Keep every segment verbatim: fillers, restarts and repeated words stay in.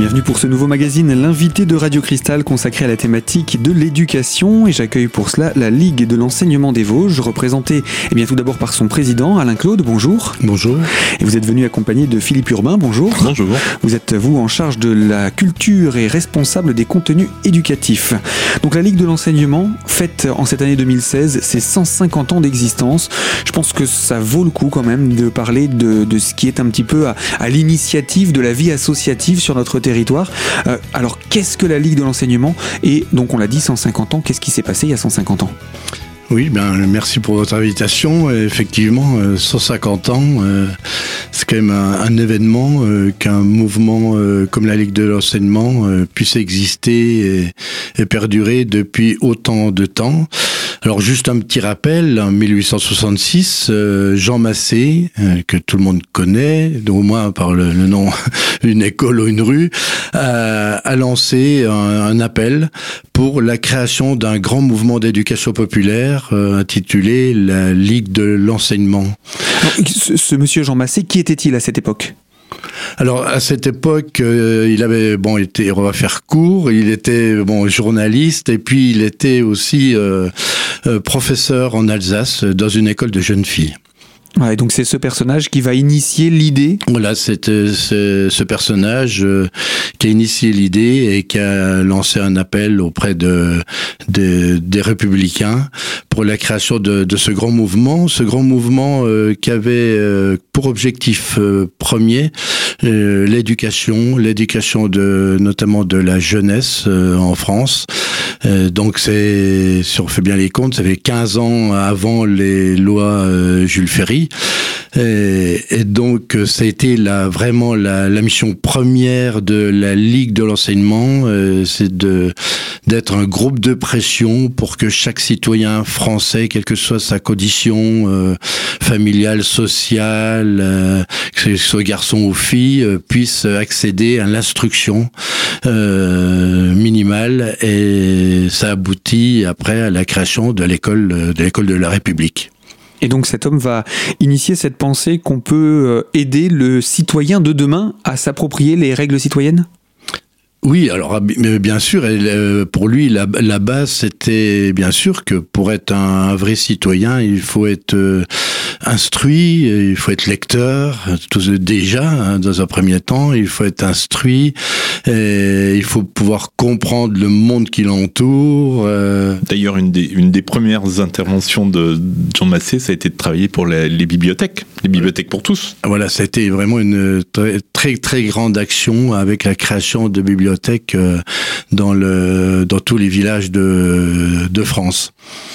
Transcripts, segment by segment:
bienvenue pour ce nouveau magazine, l'invité de Radio Cristal consacré à la thématique de l'éducation. Et j'accueille pour cela la Ligue de l'enseignement des Vosges, représentée eh bien, tout d'abord par son président, Alain Claude, bonjour. Bonjour. Et vous êtes venu accompagné de Philippe Urbain, bonjour. Bonjour. Vous êtes, vous, en charge de la culture et responsable des contenus éducatifs. Donc la Ligue de l'enseignement fête en cette année deux mille seize ses cent cinquante ans d'existence. Je pense que ça vaut le coup quand même de parler de, de ce qui est un petit peu à, à l'initiative de la vie associative sur notre territoire. Euh, alors qu'est-ce que la Ligue de l'enseignement ? Et donc on l'a dit, cent cinquante ans, qu'est-ce qui s'est passé il y a cent cinquante ans ? Oui, ben, merci pour votre invitation. Effectivement, cent cinquante ans, euh, c'est quand même un, un événement euh, qu'un mouvement euh, comme la Ligue de l'enseignement euh, puisse exister et, et perdurer depuis autant de temps. Alors juste un petit rappel, en mille huit cent soixante-six, euh, Jean Massé, euh, que tout le monde connaît, au moins par le, le nom d'une école ou une rue, euh, a lancé un, un appel pour la création d'un grand mouvement d'éducation populaire euh, intitulé la Ligue de l'enseignement. Alors, ce, ce monsieur Jean Massé, qui était-il à cette époque ? Alors à cette époque, euh, il avait bon, été, on va faire court, il était bon journaliste et puis il était aussi euh, euh, professeur en Alsace dans une école de jeunes filles. Ouais, donc c'est ce personnage qui va initier l'idée. Voilà, c'est, c'est ce personnage euh, qui a initié l'idée et qui a lancé un appel auprès de, de des républicains pour la création de, de ce grand mouvement. Ce grand mouvement euh, qui avait euh, pour objectif euh, premier euh, l'éducation, l'éducation de notamment de la jeunesse euh, en France. Euh, donc c'est, si on fait bien les comptes, ça fait quinze ans avant les lois euh, Jules Ferry. Et, et donc ça a été la, vraiment la, la mission première de la Ligue de l'enseignement, euh, c'est de d'être un groupe de pression pour que chaque citoyen français, quelle que soit sa condition euh, familiale, sociale, euh, que ce soit garçon ou fille, euh, puisse accéder à l'instruction euh, minimale. Et ça aboutit après à la création de l'école de l'école de la République. Et donc cet homme va initier cette pensée qu'on peut aider le citoyen de demain à s'approprier les règles citoyennes ? Oui, alors bien sûr, pour lui, la, la base, c'était bien sûr que pour être un, un vrai citoyen, il faut être euh, instruit, il faut être lecteur, tout, déjà, hein, dans un premier temps, il faut être instruit, et il faut pouvoir comprendre le monde qui l'entoure. Euh... D'ailleurs, une des, une des premières interventions de Jean Massé, ça a été de travailler pour les, les bibliothèques, les bibliothèques pour tous. Voilà, ça a été vraiment une très, très, très grande action avec la création de bibliothèques dans le dans tous les villages de de France.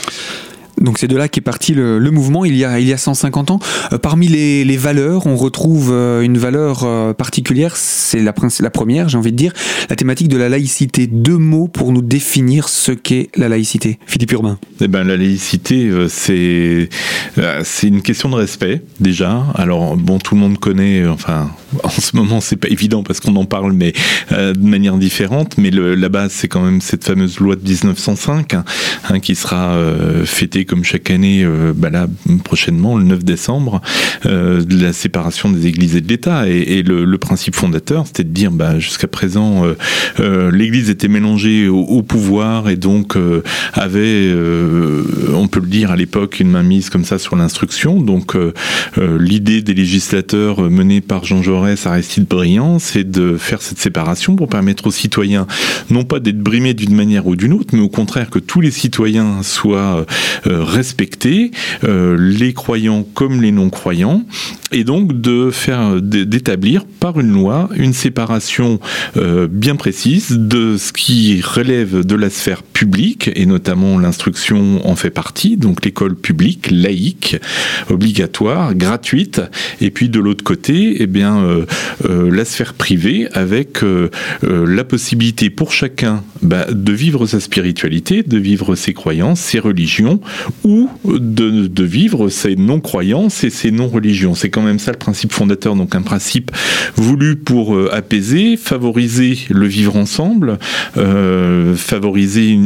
Donc c'est de là qu'est parti le, le mouvement il y a il y a cent cinquante ans. Euh, parmi les, les valeurs, on retrouve euh, une valeur euh, particulière, c'est la, la première, j'ai envie de dire, la thématique de la laïcité. Deux mots pour nous définir ce qu'est la laïcité. Philippe Urbain. Eh ben la laïcité, euh, c'est euh, c'est une question de respect déjà. Alors bon, tout le monde connaît, enfin en ce moment c'est pas évident parce qu'on en parle, mais euh, de manière différente. Mais le, la base c'est quand même cette fameuse loi de dix-neuf cent cinq hein, hein, qui sera euh, fêtée comme chaque année, euh, bah là, prochainement, le neuf décembre, euh, de la séparation des églises et de l'État. Et, et le, le principe fondateur, c'était de dire, bah, jusqu'à présent, euh, euh, l'Église était mélangée au, au pouvoir et donc euh, avait, euh, on peut le dire à l'époque, une mainmise comme ça sur l'instruction. Donc euh, euh, l'idée des législateurs menée par Jean Jaurès, Aristide Briand, c'est de faire cette séparation pour permettre aux citoyens, non pas d'être brimés d'une manière ou d'une autre, mais au contraire que tous les citoyens soient euh, respecter euh, les croyants comme les non-croyants et donc de faire d'établir par une loi une séparation euh, bien précise de ce qui relève de la sphère publique et notamment l'instruction en fait partie, donc l'école publique, laïque, obligatoire, gratuite, et puis de l'autre côté, eh bien euh, euh, la sphère privée avec euh, euh, la possibilité pour chacun bah, de vivre sa spiritualité, de vivre ses croyances, ses religions, ou de, de vivre ses non-croyances et ses non-religions. C'est quand même ça le principe fondateur, donc un principe voulu pour euh, apaiser, favoriser le vivre ensemble, euh, favoriser une,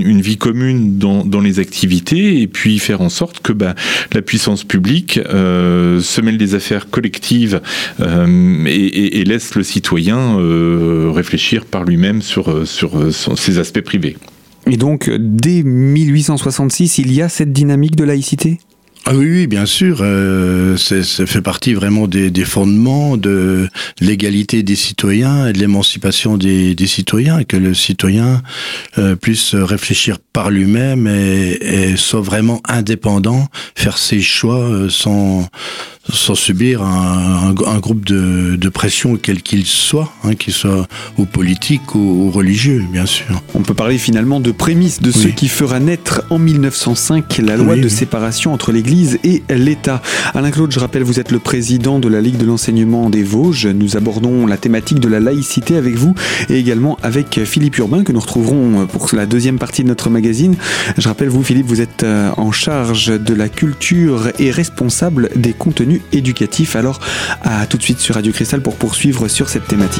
une vie commune dans, dans les activités, et puis faire en sorte que bah, la puissance publique euh, se mêle des affaires collectives euh, et, et, et laisse le citoyen euh, réfléchir par lui-même sur, sur, sur ses aspects privés. Et donc, dès mille huit cent soixante-six, il y a cette dynamique de laïcité ? Ah oui, oui, bien sûr. Euh, c'est, ça fait partie vraiment des, des fondements de l'égalité des citoyens et de l'émancipation des, des citoyens, que le citoyen euh, puisse réfléchir par lui-même et, et soit vraiment indépendant, faire ses choix euh, sans sans subir un, un, un groupe de, de pression quel qu'il soit, hein, qu'il soit ou politique ou, ou religieux, bien sûr. On peut parler finalement de prémices de ce oui. qui fera naître en mille neuf cent cinq la loi oui, de oui. séparation entre l'Église et l'État. Alain Claude, je rappelle, vous êtes le président de la Ligue de l'enseignement des Vosges. Nous abordons la thématique de la laïcité avec vous et également avec Philippe Urbain que nous retrouverons pour la deuxième partie de notre magazine. Je rappelle, vous Philippe, vous êtes en charge de la culture et responsable des contenus éducatif. Alors, à tout de suite sur Radio Cristal pour poursuivre sur cette thématique.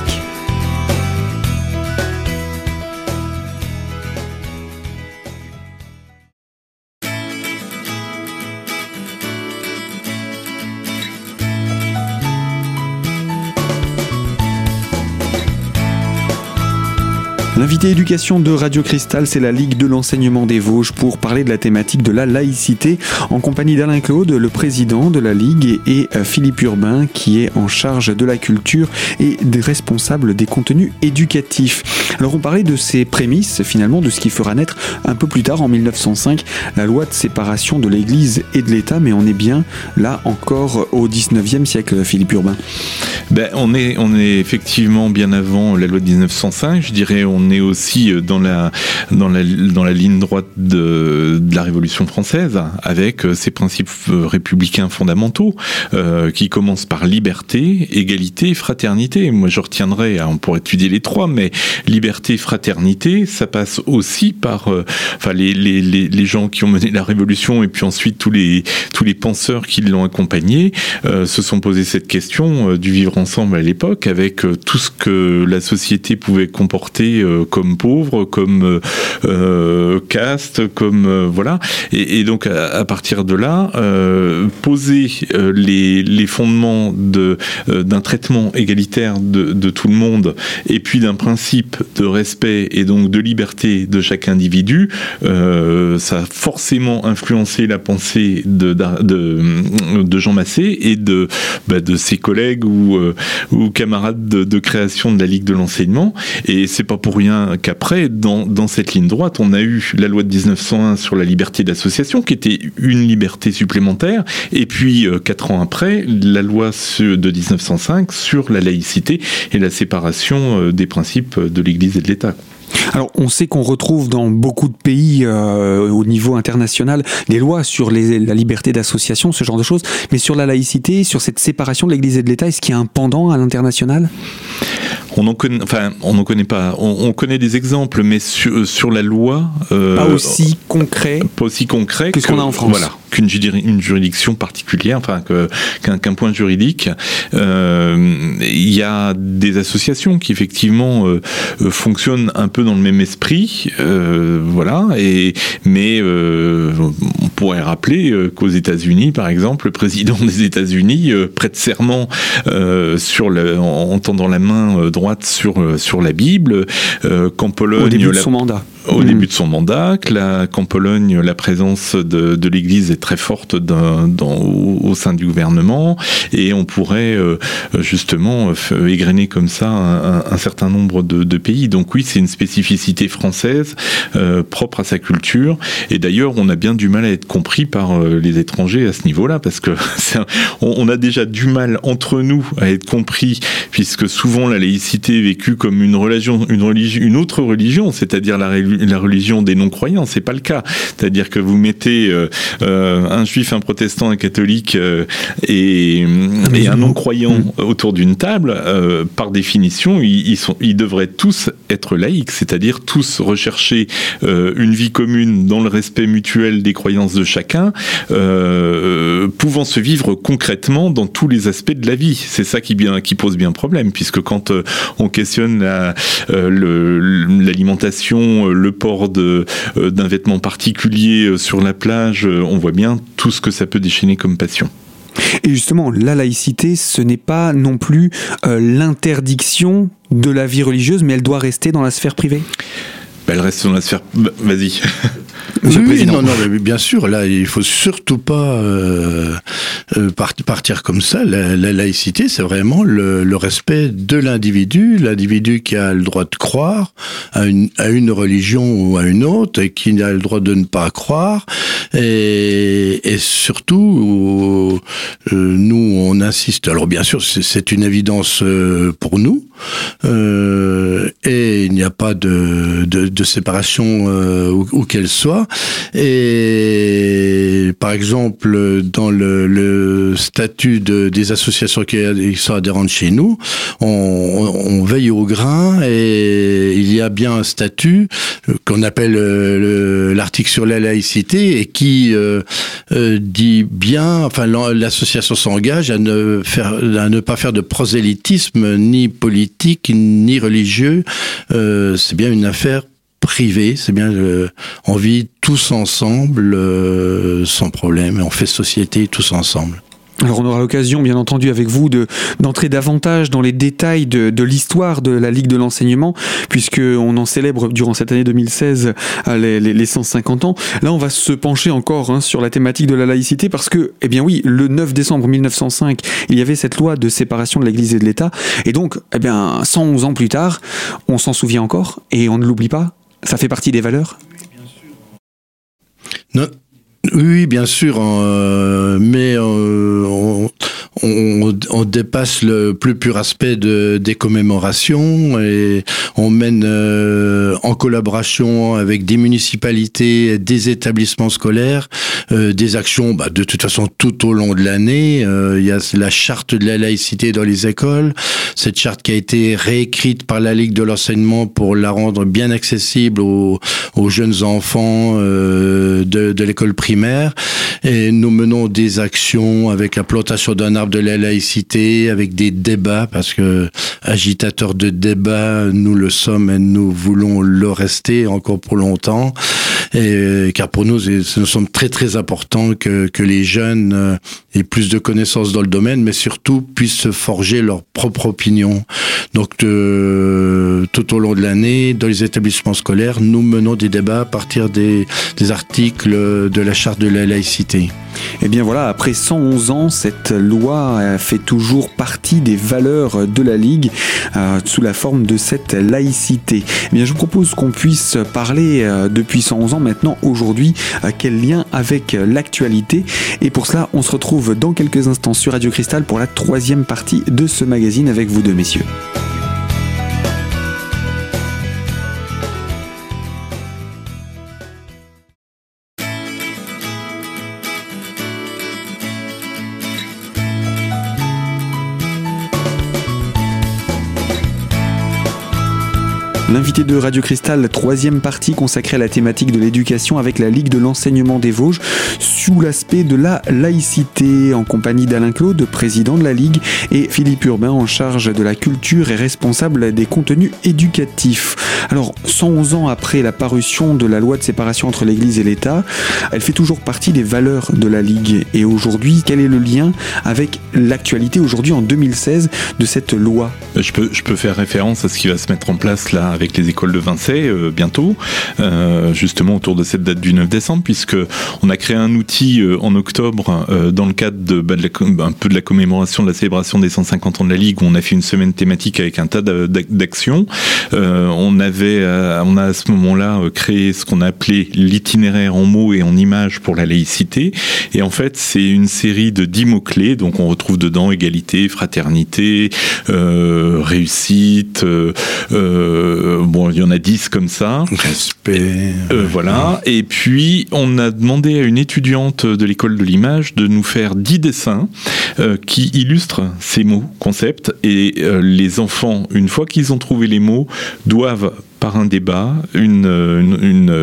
L'invité éducation de Radio Cristal, c'est la Ligue de l'enseignement des Vosges pour parler de la thématique de la laïcité en compagnie d'Alain Claude, le président de la Ligue, et Philippe Urbain qui est en charge de la culture et des responsables des contenus éducatifs. Alors on parlait de ces prémices finalement, de ce qui fera naître un peu plus tard en mille neuf cent cinq la loi de séparation de l'Église et de l'État, mais on est bien là encore au dix-neuvième siècle, Philippe Urbain. Ben, on est, on est effectivement bien avant la loi de dix-neuf cent cinq, je dirais on est aussi dans la, dans la, dans la ligne droite de, de la Révolution française, avec ses principes républicains fondamentaux, euh, qui commencent par liberté, égalité et fraternité. Moi, je retiendrai, on pourrait étudier les trois, mais liberté, fraternité, ça passe aussi par euh, enfin, les, les, les, les gens qui ont mené la Révolution et puis ensuite tous les, tous les penseurs qui l'ont accompagné euh, se sont posé cette question euh, du vivre ensemble à l'époque, avec euh, tout ce que la société pouvait comporter euh, comme pauvre, comme euh, caste, comme euh, voilà. Et, et donc à, à partir de là, euh, poser euh, les, les fondements de euh, d'un traitement égalitaire de, de tout le monde, et puis d'un principe de respect et donc de liberté de chaque individu, euh, ça a forcément influencé la pensée de de, de Jean Massé et de bah, de ses collègues ou euh, ou camarades de, de création de la Ligue de l'enseignement. Et c'est pas pour rien qu'après, dans, dans cette ligne droite, on a eu la loi de dix-neuf cent un sur la liberté d'association, qui était une liberté supplémentaire, et puis, euh, quatre ans après, la loi de dix-neuf cent cinq sur la laïcité et la séparation euh, des principes de l'Église et de l'État. Alors, on sait qu'on retrouve dans beaucoup de pays euh, au niveau international des lois sur les, la liberté d'association, ce genre de choses, mais sur la laïcité, sur cette séparation de l'Église et de l'État, est-ce qu'il y a un pendant à l'international ? On n'en connaît, enfin, on n'en connaît pas. On, on connaît des exemples, mais sur, sur la loi, euh, pas aussi concret, pas aussi concret que ce qu'on a en France. Voilà, qu'une une juridiction particulière, enfin que, qu'un, qu'un point juridique. Euh, il y a des associations qui effectivement euh, fonctionnent un peu dans le même esprit, euh, voilà. Et mais euh, on pourrait rappeler euh, qu'aux États-Unis, par exemple, le président des États-Unis euh, prête serment euh, sur le, en, en tendant la main euh, droite sur sur la Bible, euh, qu'en Pologne, au début de la, son mandat. Au mmh. début de son mandat, que la, qu'en Pologne, la présence de, de l'Église est très forte dans, dans, au, au sein du gouvernement, et on pourrait euh, justement euh, égrener comme ça un, un, un certain nombre de, de pays. Donc oui, c'est une spécificité française euh, propre à sa culture, et d'ailleurs on a bien du mal à être compris par euh, les étrangers à ce niveau-là, parce que c'est un, on, on a déjà du mal entre nous à être compris, puisque souvent la laïcité est vécue comme une religion, une religion, une autre religion, c'est-à-dire la la religion des non-croyants. C'est pas le cas. C'est-à-dire que vous mettez euh, euh, un juif, un protestant, un catholique euh, et, et un non-croyant mmh. autour d'une table, euh, par définition, ils, ils, sont, ils devraient tous être laïcs, c'est-à-dire tous rechercher euh, une vie commune dans le respect mutuel des croyances de chacun, euh, pouvant se vivre concrètement dans tous les aspects de la vie. C'est ça qui, bien, qui pose bien problème, puisque quand euh, on questionne la, euh, le, l'alimentation, le port de, euh, d'un vêtement particulier sur la plage, on voit bien tout ce que ça peut déchaîner comme passion. Et justement, la laïcité, ce n'est pas non plus euh, l'interdiction de la vie religieuse, mais elle doit rester dans la sphère privée ? Ben, elle reste dans la sphère... Bah, vas-y. Oui, oui, non, non, mais bien sûr, là, il faut surtout pas euh, euh, partir comme ça. La, la laïcité, c'est vraiment le, le respect de l'individu, l'individu qui a le droit de croire à une, à une religion ou à une autre, et qui a le droit de ne pas croire. Et, et surtout, euh, nous, on insiste. Alors, bien sûr, c'est, c'est une évidence euh, pour nous, euh, et il n'y a pas de, de, de séparation euh, où, où qu'elle soit. Et par exemple, dans le, le statut de, des associations qui, qui sont adhérentes chez nous, on, on veille au grain, et il y a bien un statut qu'on appelle le, l'article sur la laïcité, et qui euh, euh, dit bien, enfin l'association s'engage à ne faire, à ne pas faire de prosélytisme ni politique ni religieux. Euh, c'est bien une affaire privé, c'est bien, euh, on vit tous ensemble, euh, sans problème, et on fait société tous ensemble. Alors on aura l'occasion, bien entendu, avec vous, de, d'entrer davantage dans les détails de, de l'histoire de la Ligue de l'enseignement, puisqu'on en célèbre durant cette année deux mille seize les, les, les cent cinquante ans. Là, on va se pencher encore hein, sur la thématique de la laïcité, parce que, eh bien oui, le neuf décembre mille neuf cent cinq, il y avait cette loi de séparation de l'Église et de l'État, et donc, eh bien, cent onze ans plus tard, on s'en souvient encore, et on ne l'oublie pas. Ça fait partie des valeurs ? Non. Oui, bien sûr, euh, mais euh, on, on, on dépasse le plus pur aspect de, des commémorations, et on mène euh, en collaboration avec des municipalités, des établissements scolaires, euh, des actions bah, de toute façon tout au long de l'année. Euh, il y a la charte de la laïcité dans les écoles, cette charte qui a été réécrite par la Ligue de l'enseignement pour la rendre bien accessible aux, aux jeunes enfants euh, de, de l'école primaire. Et nous menons des actions avec la plantation d'un arbre de la laïcité, avec des débats, parce que agitateurs de débats, nous le sommes et nous voulons le rester encore pour longtemps. Et, car pour nous, c'est, nous sommes très très important que, que les jeunes aient plus de connaissances dans le domaine, mais surtout puissent se forger leur propre opinion. Donc euh, tout au long de l'année, dans les établissements scolaires, nous menons des débats à partir des, des articles de la charte de la laïcité. Et bien voilà, après cent onze ans, cette loi fait toujours partie des valeurs de la Ligue euh, sous la forme de cette laïcité. Et bien je vous propose qu'on puisse parler euh, depuis cent onze ans maintenant, aujourd'hui, euh, quel lien avec l'actualité. Et pour cela, on se retrouve dans quelques instants sur Radio Cristal pour la troisième partie de ce magazine avec vous deux messieurs. L'invité de Radio Cristal, troisième partie consacrée à la thématique de l'éducation avec la Ligue de l'enseignement des Vosges, sous l'aspect de la laïcité, en compagnie d'Alain Claude, président de la Ligue, et Philippe Urbain, en charge de la culture et responsable des contenus éducatifs. Alors, cent onze ans après la parution de la loi de séparation entre l'Église et l'État, elle fait toujours partie des valeurs de la Ligue. Et aujourd'hui, quel est le lien avec l'actualité, aujourd'hui en deux mille seize, de cette loi ? Je peux, je peux faire référence à ce qui va se mettre en place là avec les écoles de Vincey euh, bientôt, euh, justement autour de cette date du neuf décembre, puisque on a créé un outil euh, en octobre euh, dans le cadre de, bah, de la, un peu de la commémoration de la célébration des cent cinquante ans de la Ligue, où on a fait une semaine thématique avec un tas d'actions. Euh, on avait, euh, on a à ce moment-là euh, créé ce qu'on a appelé l'itinéraire en mots et en images pour la laïcité, et en fait c'est une série de dix mots-clés, donc on retrouve dedans égalité, fraternité, euh, réussite, euh, euh, bon, il y en a dix comme ça. Respect. Euh, voilà. Et puis, on a demandé à une étudiante de l'école de l'image de nous faire dix dessins euh, qui illustrent ces mots, concepts. Et euh, les enfants, une fois qu'ils ont trouvé les mots, doivent par un débat, une, une,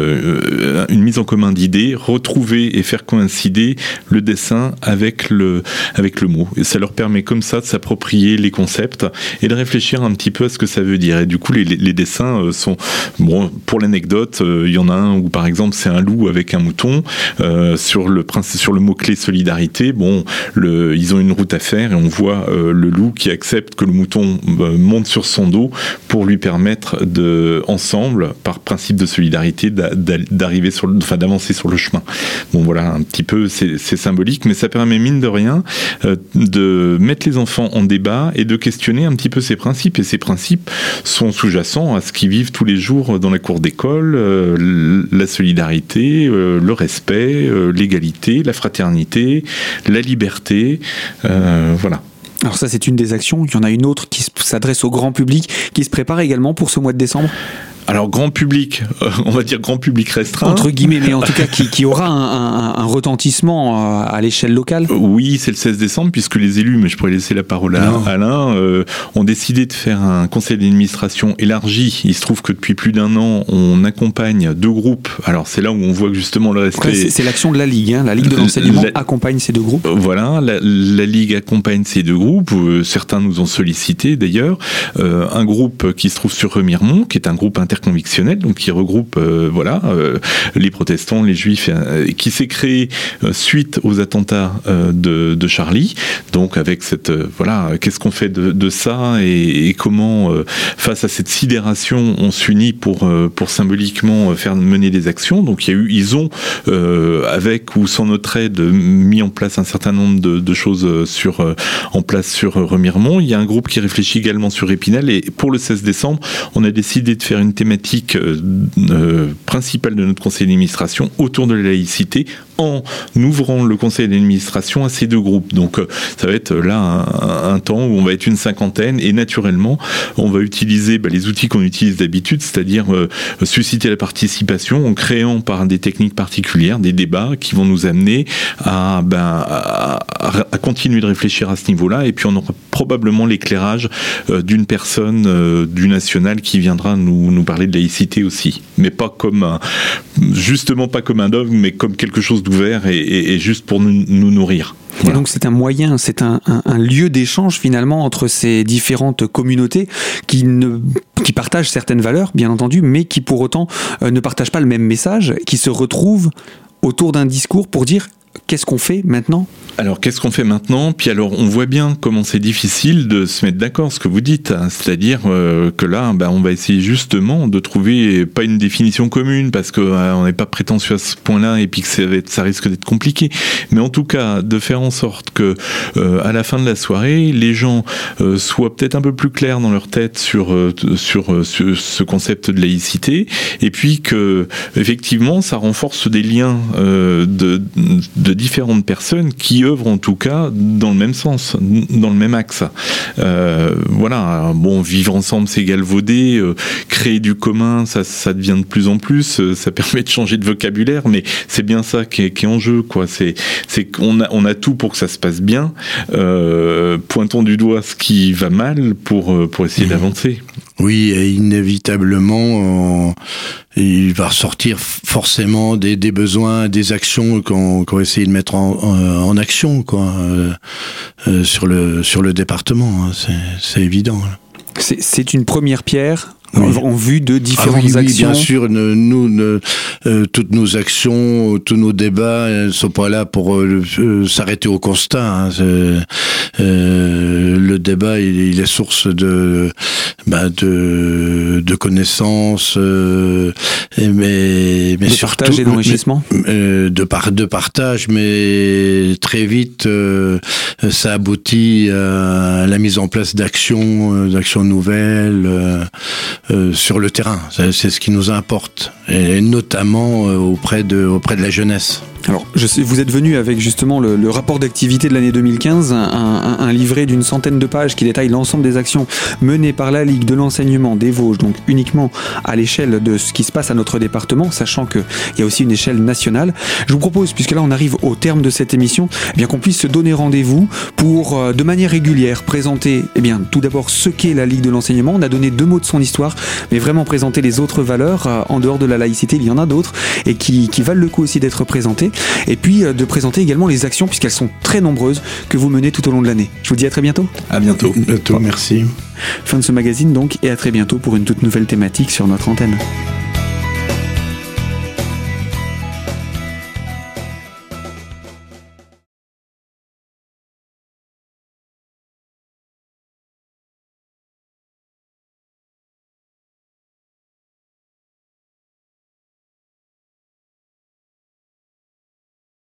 une, une mise en commun d'idées, retrouver et faire coïncider le dessin avec le, avec le mot. Et ça leur permet comme ça de s'approprier les concepts et de réfléchir un petit peu à ce que ça veut dire. Et du coup, les, les dessins sont... Bon, pour l'anecdote, il y en a un où, par exemple, c'est un loup avec un mouton. Euh, sur, le, sur le mot-clé solidarité, bon, le, ils ont une route à faire et on voit euh, le loup qui accepte que le mouton euh, monte sur son dos pour lui permettre de, ensemble, par principe de solidarité, d'arriver sur, enfin, d'avancer sur le chemin. Bon, voilà, un petit peu, c'est, c'est symbolique, mais ça permet, mine de rien, euh, de mettre les enfants en débat et de questionner un petit peu ces principes. Et ces principes sont sous-jacents à ce qu'ils vivent tous les jours dans la cour d'école, euh, la solidarité, euh, le respect, euh, l'égalité, la fraternité, la liberté, euh, voilà. Alors ça, c'est une des actions. Il y en a une autre qui s'adresse au grand public, qui se prépare également pour ce mois de décembre. Alors grand public, euh, on va dire grand public restreint. Entre guillemets, mais en tout cas qui, qui aura un, un, un retentissement à l'échelle locale. Oui, c'est le seize décembre, puisque les élus, mais je pourrais laisser la parole à non. Alain, euh, ont décidé de faire un conseil d'administration élargi. Il se trouve que depuis plus d'un an, on accompagne deux groupes. Alors c'est là où on voit que justement le respect... Ouais, c'est, c'est l'action de la Ligue, hein. La Ligue de l'enseignement la... accompagne ces deux groupes. Voilà, la, la Ligue accompagne ces deux groupes. Euh, certains nous ont sollicité d'ailleurs. Euh, un groupe qui se trouve sur Remiremont, qui est un groupe interconvictionnel, donc qui regroupe euh, voilà euh, les protestants, les juifs, euh, qui s'est créé euh, suite aux attentats euh, de, de Charlie. Donc avec cette euh, voilà, qu'est-ce qu'on fait de, de ça et, et comment euh, face à cette sidération on s'unit pour euh, pour symboliquement faire mener des actions. Donc il y a eu, ils ont euh, avec ou sans notre aide mis en place un certain nombre de, de choses sur euh, en place sur Remiremont. Il y a un groupe qui réfléchit également sur Épinal et pour le seize décembre, on a décidé de faire une thématique euh, principale de notre conseil d'administration autour de la laïcité en ouvrant le conseil d'administration à ces deux groupes. Donc euh, ça va être là un, un temps où on va être une cinquantaine et naturellement on va utiliser bah, les outils qu'on utilise d'habitude, c'est-à-dire euh, susciter la participation en créant par des techniques particulières des débats qui vont nous amener à, ben, à, à continuer de réfléchir à ce niveau-là et puis on aura probablement l'éclairage euh, d'une personne euh, du national qui viendra nous, nous parler de laïcité aussi, mais pas comme un, justement pas comme un dogme, mais comme quelque chose d'ouvert et, et, et juste pour nous, nous nourrir. Voilà. Et donc c'est un moyen, c'est un, un, un lieu d'échange finalement entre ces différentes communautés qui, ne, qui partagent certaines valeurs, bien entendu, mais qui pour autant euh, ne partagent pas le même message, qui se retrouvent autour d'un discours pour dire qu'est-ce qu'on fait maintenant ? Alors, qu'est-ce qu'on fait maintenant ? Puis alors, on voit bien comment c'est difficile de se mettre d'accord, ce que vous dites. Hein. C'est-à-dire euh, que là, bah, on va essayer justement de trouver pas une définition commune, parce qu'on euh, n'est pas prétentieux à ce point-là, et puis que ça, va être, ça risque d'être compliqué. Mais en tout cas, de faire en sorte que, euh, à la fin de la soirée, les gens euh, soient peut-être un peu plus clairs dans leur tête sur, euh, sur, euh, sur ce concept de laïcité, et puis que, effectivement, ça renforce des liens euh, de, de différentes personnes qui œuvrent en tout cas dans le même sens, dans le même axe. Euh, voilà, bon, vivre ensemble c'est galvauder, euh, créer du commun, ça, ça devient de plus en plus, euh, ça permet de changer de vocabulaire, mais c'est bien ça qui est, qui est en jeu, quoi. C'est, c'est qu'on a, on a tout pour que ça se passe bien, euh, pointons du doigt ce qui va mal pour, pour essayer mmh. d'avancer. Oui, et inévitablement, on, il va ressortir forcément des, des besoins, des actions qu'on, qu'on va essayer de mettre en, en, en action, quoi, euh, euh, sur le sur le département. Hein, c'est, c'est évident. C'est, c'est une première pierre. Oui. En vue de différentes ah oui, actions. Oui, bien sûr, ne, nous, ne, euh, toutes nos actions, tous nos débats ne sont pas là pour euh, euh, s'arrêter au constat. Hein. Euh, le débat, il, il est source de, bah, de, de connaissances, euh, mais, mais de surtout, partage et d'enrichissement. Euh, de, par, de partage, mais très vite, euh, ça aboutit à la mise en place d'actions, euh, d'actions nouvelles. Euh, Euh, sur le terrain, c'est ce qui nous importe, et notamment euh, auprès de auprès de la jeunesse. Alors, je sais, vous êtes venu avec justement le, le rapport d'activité de l'année deux mille quinze, un, un, un livret d'une centaine de pages qui détaille l'ensemble des actions menées par la Ligue de l'enseignement des Vosges, donc uniquement à l'échelle de ce qui se passe à notre département, sachant qu'il y a aussi une échelle nationale. Je vous propose, puisque là on arrive au terme de cette émission, eh bien qu'on puisse se donner rendez-vous pour, euh, de manière régulière, présenter eh bien, tout d'abord ce qu'est la Ligue de l'enseignement. On a donné deux mots de son histoire, mais vraiment présenter les autres valeurs, euh, en dehors de la laïcité, il y en a d'autres, et qui, qui valent le coup aussi d'être présentées. Et puis euh, de présenter également les actions, puisqu'elles sont très nombreuses, que vous menez tout au long de l'année. Je vous dis à très bientôt. À bientôt. À bientôt, merci. Fin de ce magazine donc, et à très bientôt pour une toute nouvelle thématique sur notre antenne.